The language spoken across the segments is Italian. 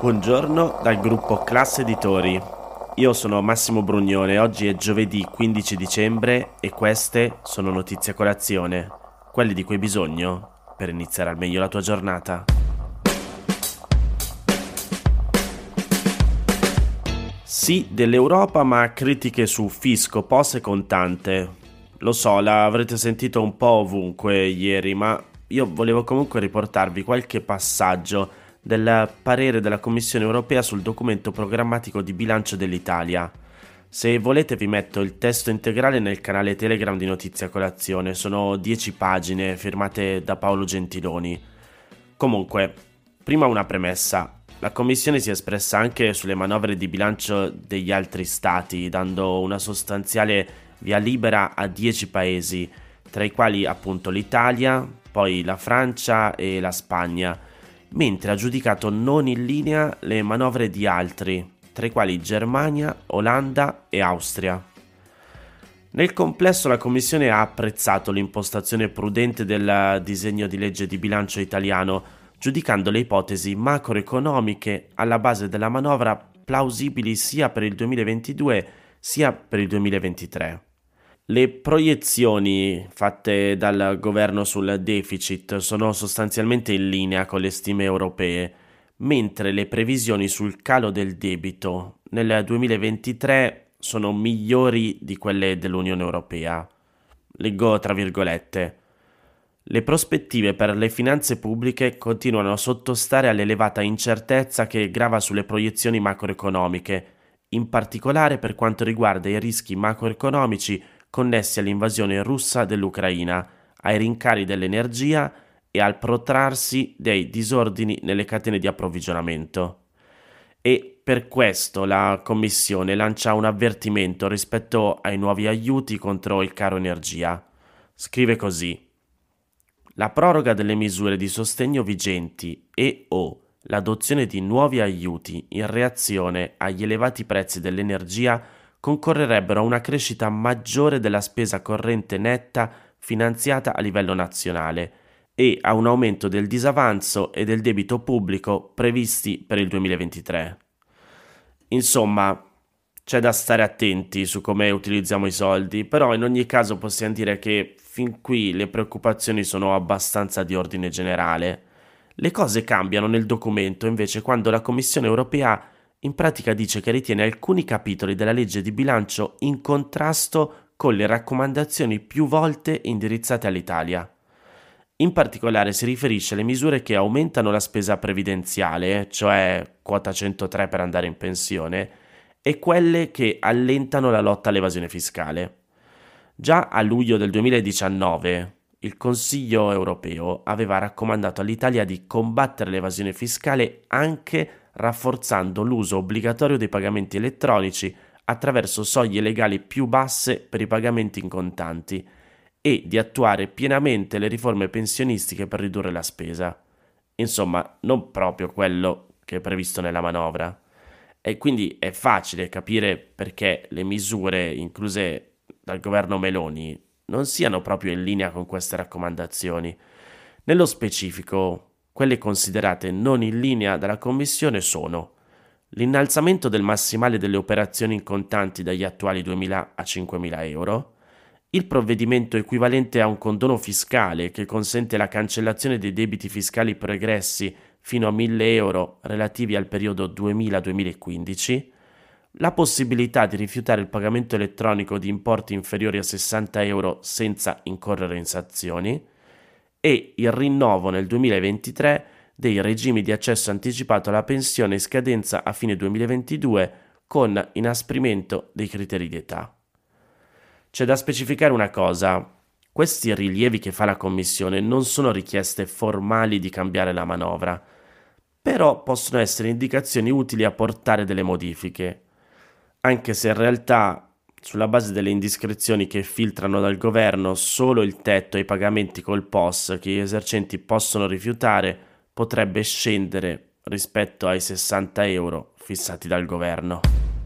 Buongiorno dal gruppo Classe Editori. Io sono Massimo Brugnone, oggi è giovedì 15 dicembre e queste sono notizie a colazione, quelle di cui hai bisogno per iniziare al meglio la tua giornata. Sì dell'Europa, ma critiche su fisco, POS e contante. Lo so, l'avrete sentito un po' ovunque ieri, ma io volevo comunque riportarvi qualche passaggio del parere della Commissione europea sul documento programmatico di bilancio dell'Italia. Se volete vi metto il testo integrale nel canale Telegram di Notizia Colazione, sono 10 pagine firmate da Paolo Gentiloni. Comunque, prima una premessa. La Commissione si è espressa anche sulle manovre di bilancio degli altri stati, dando una sostanziale via libera a 10 paesi, tra i quali appunto l'Italia, poi la Francia e la Spagna, mentre ha giudicato non in linea le manovre di altri, tra i quali Germania, Olanda e Austria. Nel complesso la Commissione ha apprezzato l'impostazione prudente del disegno di legge di bilancio italiano, giudicando le ipotesi macroeconomiche alla base della manovra plausibili sia per il 2022 sia per il 2023. Le proiezioni fatte dal governo sul deficit sono sostanzialmente in linea con le stime europee, mentre le previsioni sul calo del debito nel 2023 sono migliori di quelle dell'Unione Europea. Leggo tra virgolette. Le prospettive per le finanze pubbliche continuano a sottostare all'elevata incertezza che grava sulle proiezioni macroeconomiche, in particolare per quanto riguarda i rischi macroeconomici connessi all'invasione russa dell'Ucraina, ai rincari dell'energia e al protrarsi dei disordini nelle catene di approvvigionamento. E per questo la Commissione lancia un avvertimento rispetto ai nuovi aiuti contro il caro energia. Scrive così: la proroga delle misure di sostegno vigenti e/o l'adozione di nuovi aiuti in reazione agli elevati prezzi dell'energia concorrerebbero a una crescita maggiore della spesa corrente netta finanziata a livello nazionale e a un aumento del disavanzo e del debito pubblico previsti per il 2023. Insomma, c'è da stare attenti su come utilizziamo i soldi, però in ogni caso possiamo dire che fin qui le preoccupazioni sono abbastanza di ordine generale. Le cose cambiano nel documento invece quando la Commissione europea in pratica dice che ritiene alcuni capitoli della legge di bilancio in contrasto con le raccomandazioni più volte indirizzate all'Italia. In particolare si riferisce alle misure che aumentano la spesa previdenziale, cioè quota 103 per andare in pensione, e quelle che allentano la lotta all'evasione fiscale. Già a luglio del 2019 il Consiglio europeo aveva raccomandato all'Italia di combattere l'evasione fiscale anche rafforzando l'uso obbligatorio dei pagamenti elettronici attraverso soglie legali più basse per i pagamenti in contanti e di attuare pienamente le riforme pensionistiche per ridurre la spesa. Insomma, non proprio quello che è previsto nella manovra. E quindi è facile capire perché le misure incluse dal governo Meloni non siano proprio in linea con queste raccomandazioni. Nello specifico, quelle considerate non in linea dalla Commissione sono l'innalzamento del massimale delle operazioni in contanti dagli attuali 2.000 a 5.000 euro, il provvedimento equivalente a un condono fiscale che consente la cancellazione dei debiti fiscali pregressi fino a 1.000 euro relativi al periodo 2000-2015, la possibilità di rifiutare il pagamento elettronico di importi inferiori a 60 euro senza incorrere in sanzioni, e il rinnovo nel 2023 dei regimi di accesso anticipato alla pensione in scadenza a fine 2022 con inasprimento dei criteri di età. C'è da specificare una cosa: questi rilievi che fa la Commissione non sono richieste formali di cambiare la manovra, però possono essere indicazioni utili a portare delle modifiche, anche se in realtà sulla base delle indiscrezioni che filtrano dal governo, solo il tetto ai pagamenti col POS che gli esercenti possono rifiutare potrebbe scendere rispetto ai 60 euro fissati dal governo.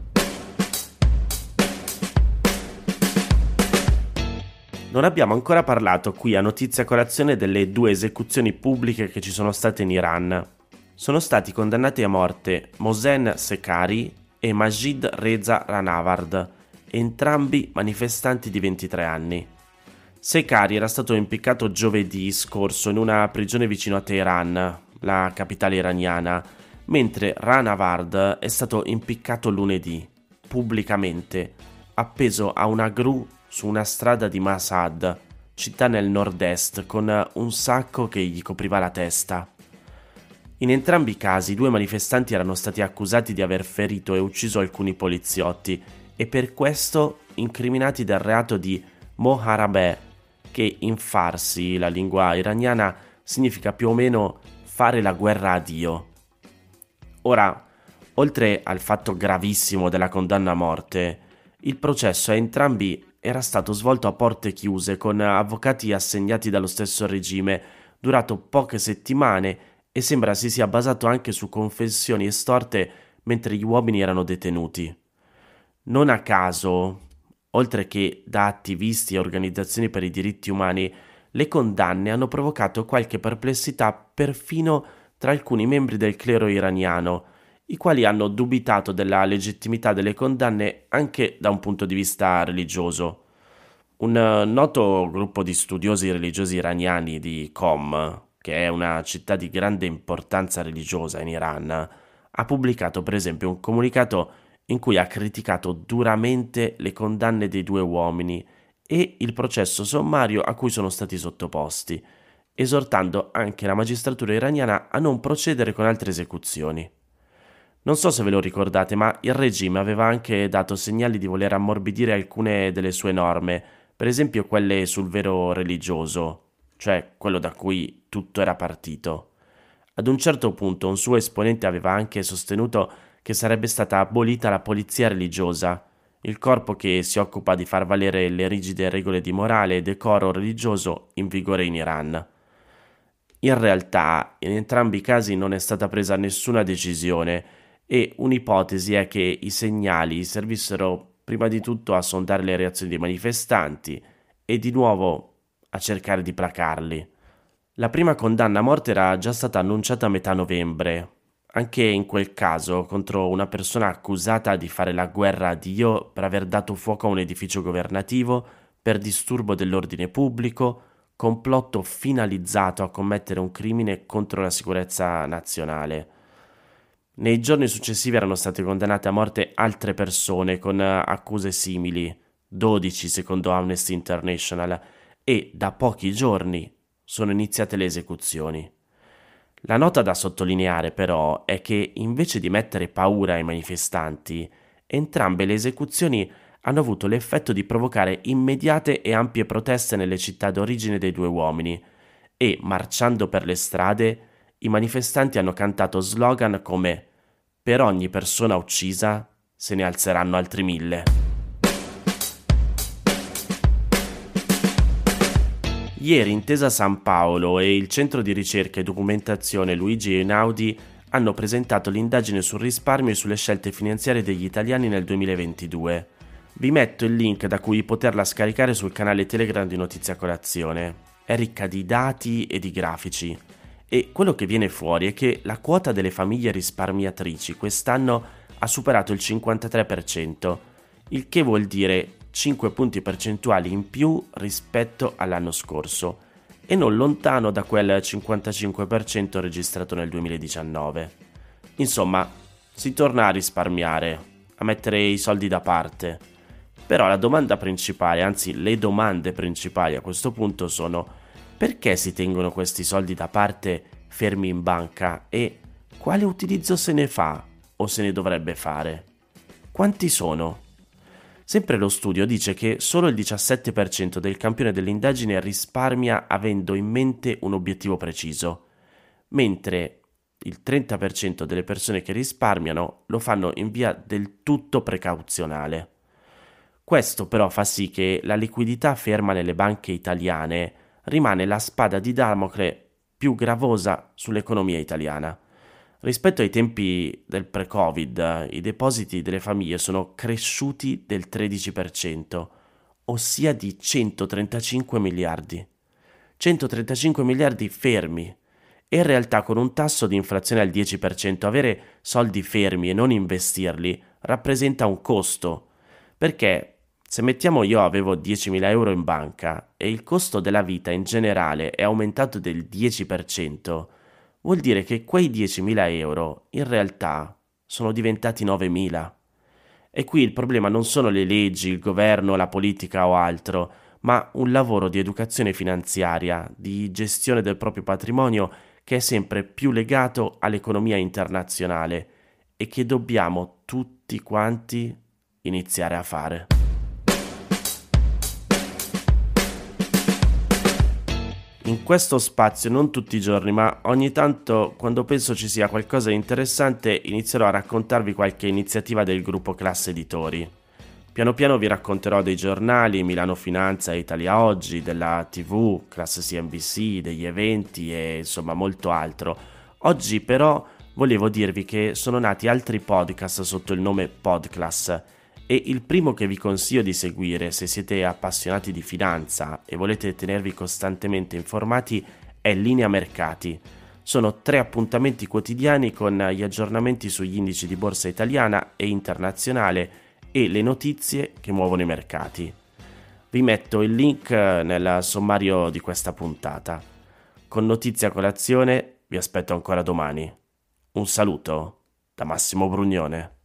Non abbiamo ancora parlato qui a Notizia Colazione delle 2 esecuzioni pubbliche che ci sono state in Iran. Sono stati condannati a morte Mohsen Sekari e Majid Reza Ranavard, entrambi manifestanti di 23 anni. Sekari era stato impiccato giovedì scorso in una prigione vicino a Teheran, la capitale iraniana, mentre Ranavard è stato impiccato lunedì, pubblicamente, appeso a una gru su una strada di Mashhad, città nel nord-est, con un sacco che gli copriva la testa. In entrambi i casi, i due manifestanti erano stati accusati di aver ferito e ucciso alcuni poliziotti e per questo incriminati del reato di Moharabeh, che in farsi, la lingua iraniana, significa più o meno fare la guerra a Dio. Ora, oltre al fatto gravissimo della condanna a morte, il processo a entrambi era stato svolto a porte chiuse con avvocati assegnati dallo stesso regime, durato poche settimane e sembra si sia basato anche su confessioni estorte mentre gli uomini erano detenuti. Non a caso, oltre che da attivisti e organizzazioni per i diritti umani, le condanne hanno provocato qualche perplessità perfino tra alcuni membri del clero iraniano, i quali hanno dubitato della legittimità delle condanne anche da un punto di vista religioso. Un noto gruppo di studiosi religiosi iraniani di Qom, che è una città di grande importanza religiosa in Iran, ha pubblicato per esempio un comunicato in cui ha criticato duramente le condanne dei due uomini e il processo sommario a cui sono stati sottoposti, esortando anche la magistratura iraniana a non procedere con altre esecuzioni. Non so se ve lo ricordate, ma il regime aveva anche dato segnali di voler ammorbidire alcune delle sue norme, per esempio quelle sul vero religioso, cioè quello da cui tutto era partito. Ad un certo punto un suo esponente aveva anche sostenuto che sarebbe stata abolita la polizia religiosa, il corpo che si occupa di far valere le rigide regole di morale e decoro religioso in vigore in Iran. In realtà, in entrambi i casi non è stata presa nessuna decisione e un'ipotesi è che i segnali servissero prima di tutto a sondare le reazioni dei manifestanti e di nuovo a cercare di placarli. La prima condanna a morte era già stata annunciata a metà novembre, anche in quel caso contro una persona accusata di fare la guerra a Dio per aver dato fuoco a un edificio governativo, per disturbo dell'ordine pubblico, complotto finalizzato a commettere un crimine contro la sicurezza nazionale. Nei giorni successivi erano state condannate a morte altre persone con accuse simili, 12 secondo Amnesty International, e da pochi giorni sono iniziate le esecuzioni. La nota da sottolineare però è che invece di mettere paura ai manifestanti, entrambe le esecuzioni hanno avuto l'effetto di provocare immediate e ampie proteste nelle città d'origine dei due uomini e, marciando per le strade, i manifestanti hanno cantato slogan come «Per ogni persona uccisa se ne alzeranno altri 1000». Ieri Intesa San Paolo e il Centro di Ricerca e Documentazione Luigi Einaudi hanno presentato l'indagine sul risparmio e sulle scelte finanziarie degli italiani nel 2022. Vi metto il link da cui poterla scaricare sul canale Telegram di Notizia Colazione. È ricca di dati e di grafici. E quello che viene fuori è che la quota delle famiglie risparmiatrici quest'anno ha superato il 53%, il che vuol dire 5 punti percentuali in più rispetto all'anno scorso e non lontano da quel 55% registrato nel 2019. Insomma, si torna a risparmiare, a mettere i soldi da parte. Però la domanda principale, anzi le domande principali a questo punto sono: perché si tengono questi soldi da parte fermi in banca e quale utilizzo se ne fa o se ne dovrebbe fare? Quanti sono? Sempre lo studio dice che solo il 17% del campione dell'indagine risparmia avendo in mente un obiettivo preciso, mentre il 30% delle persone che risparmiano lo fanno in via del tutto precauzionale. Questo però fa sì che la liquidità ferma nelle banche italiane rimane la spada di Damocle più gravosa sull'economia italiana. Rispetto ai tempi del pre-Covid, i depositi delle famiglie sono cresciuti del 13%, ossia di 135 miliardi. 135 miliardi fermi. E in realtà con un tasso di inflazione al 10% avere soldi fermi e non investirli rappresenta un costo, perché se mettiamo io avevo 10.000 euro in banca e il costo della vita in generale è aumentato del 10%, vuol dire che quei 10.000 euro in realtà sono diventati 9.000. E qui il problema non sono le leggi, il governo, la politica o altro, ma un lavoro di educazione finanziaria, di gestione del proprio patrimonio che è sempre più legato all'economia internazionale e che dobbiamo tutti quanti iniziare a fare. In questo spazio, non tutti i giorni, ma ogni tanto, quando penso ci sia qualcosa di interessante, inizierò a raccontarvi qualche iniziativa del gruppo Classe Editori. Piano piano vi racconterò dei giornali, Milano Finanza e Italia Oggi, della TV, Classe CNBC, degli eventi e insomma molto altro. Oggi però volevo dirvi che sono nati altri podcast sotto il nome Podclass e il primo che vi consiglio di seguire se siete appassionati di finanza e volete tenervi costantemente informati è Linea Mercati. Sono 3 appuntamenti quotidiani con gli aggiornamenti sugli indici di borsa italiana e internazionale e le notizie che muovono i mercati. Vi metto il link nel sommario di questa puntata. Con Notizia Colazione vi aspetto ancora domani. Un saluto da Massimo Brugnone.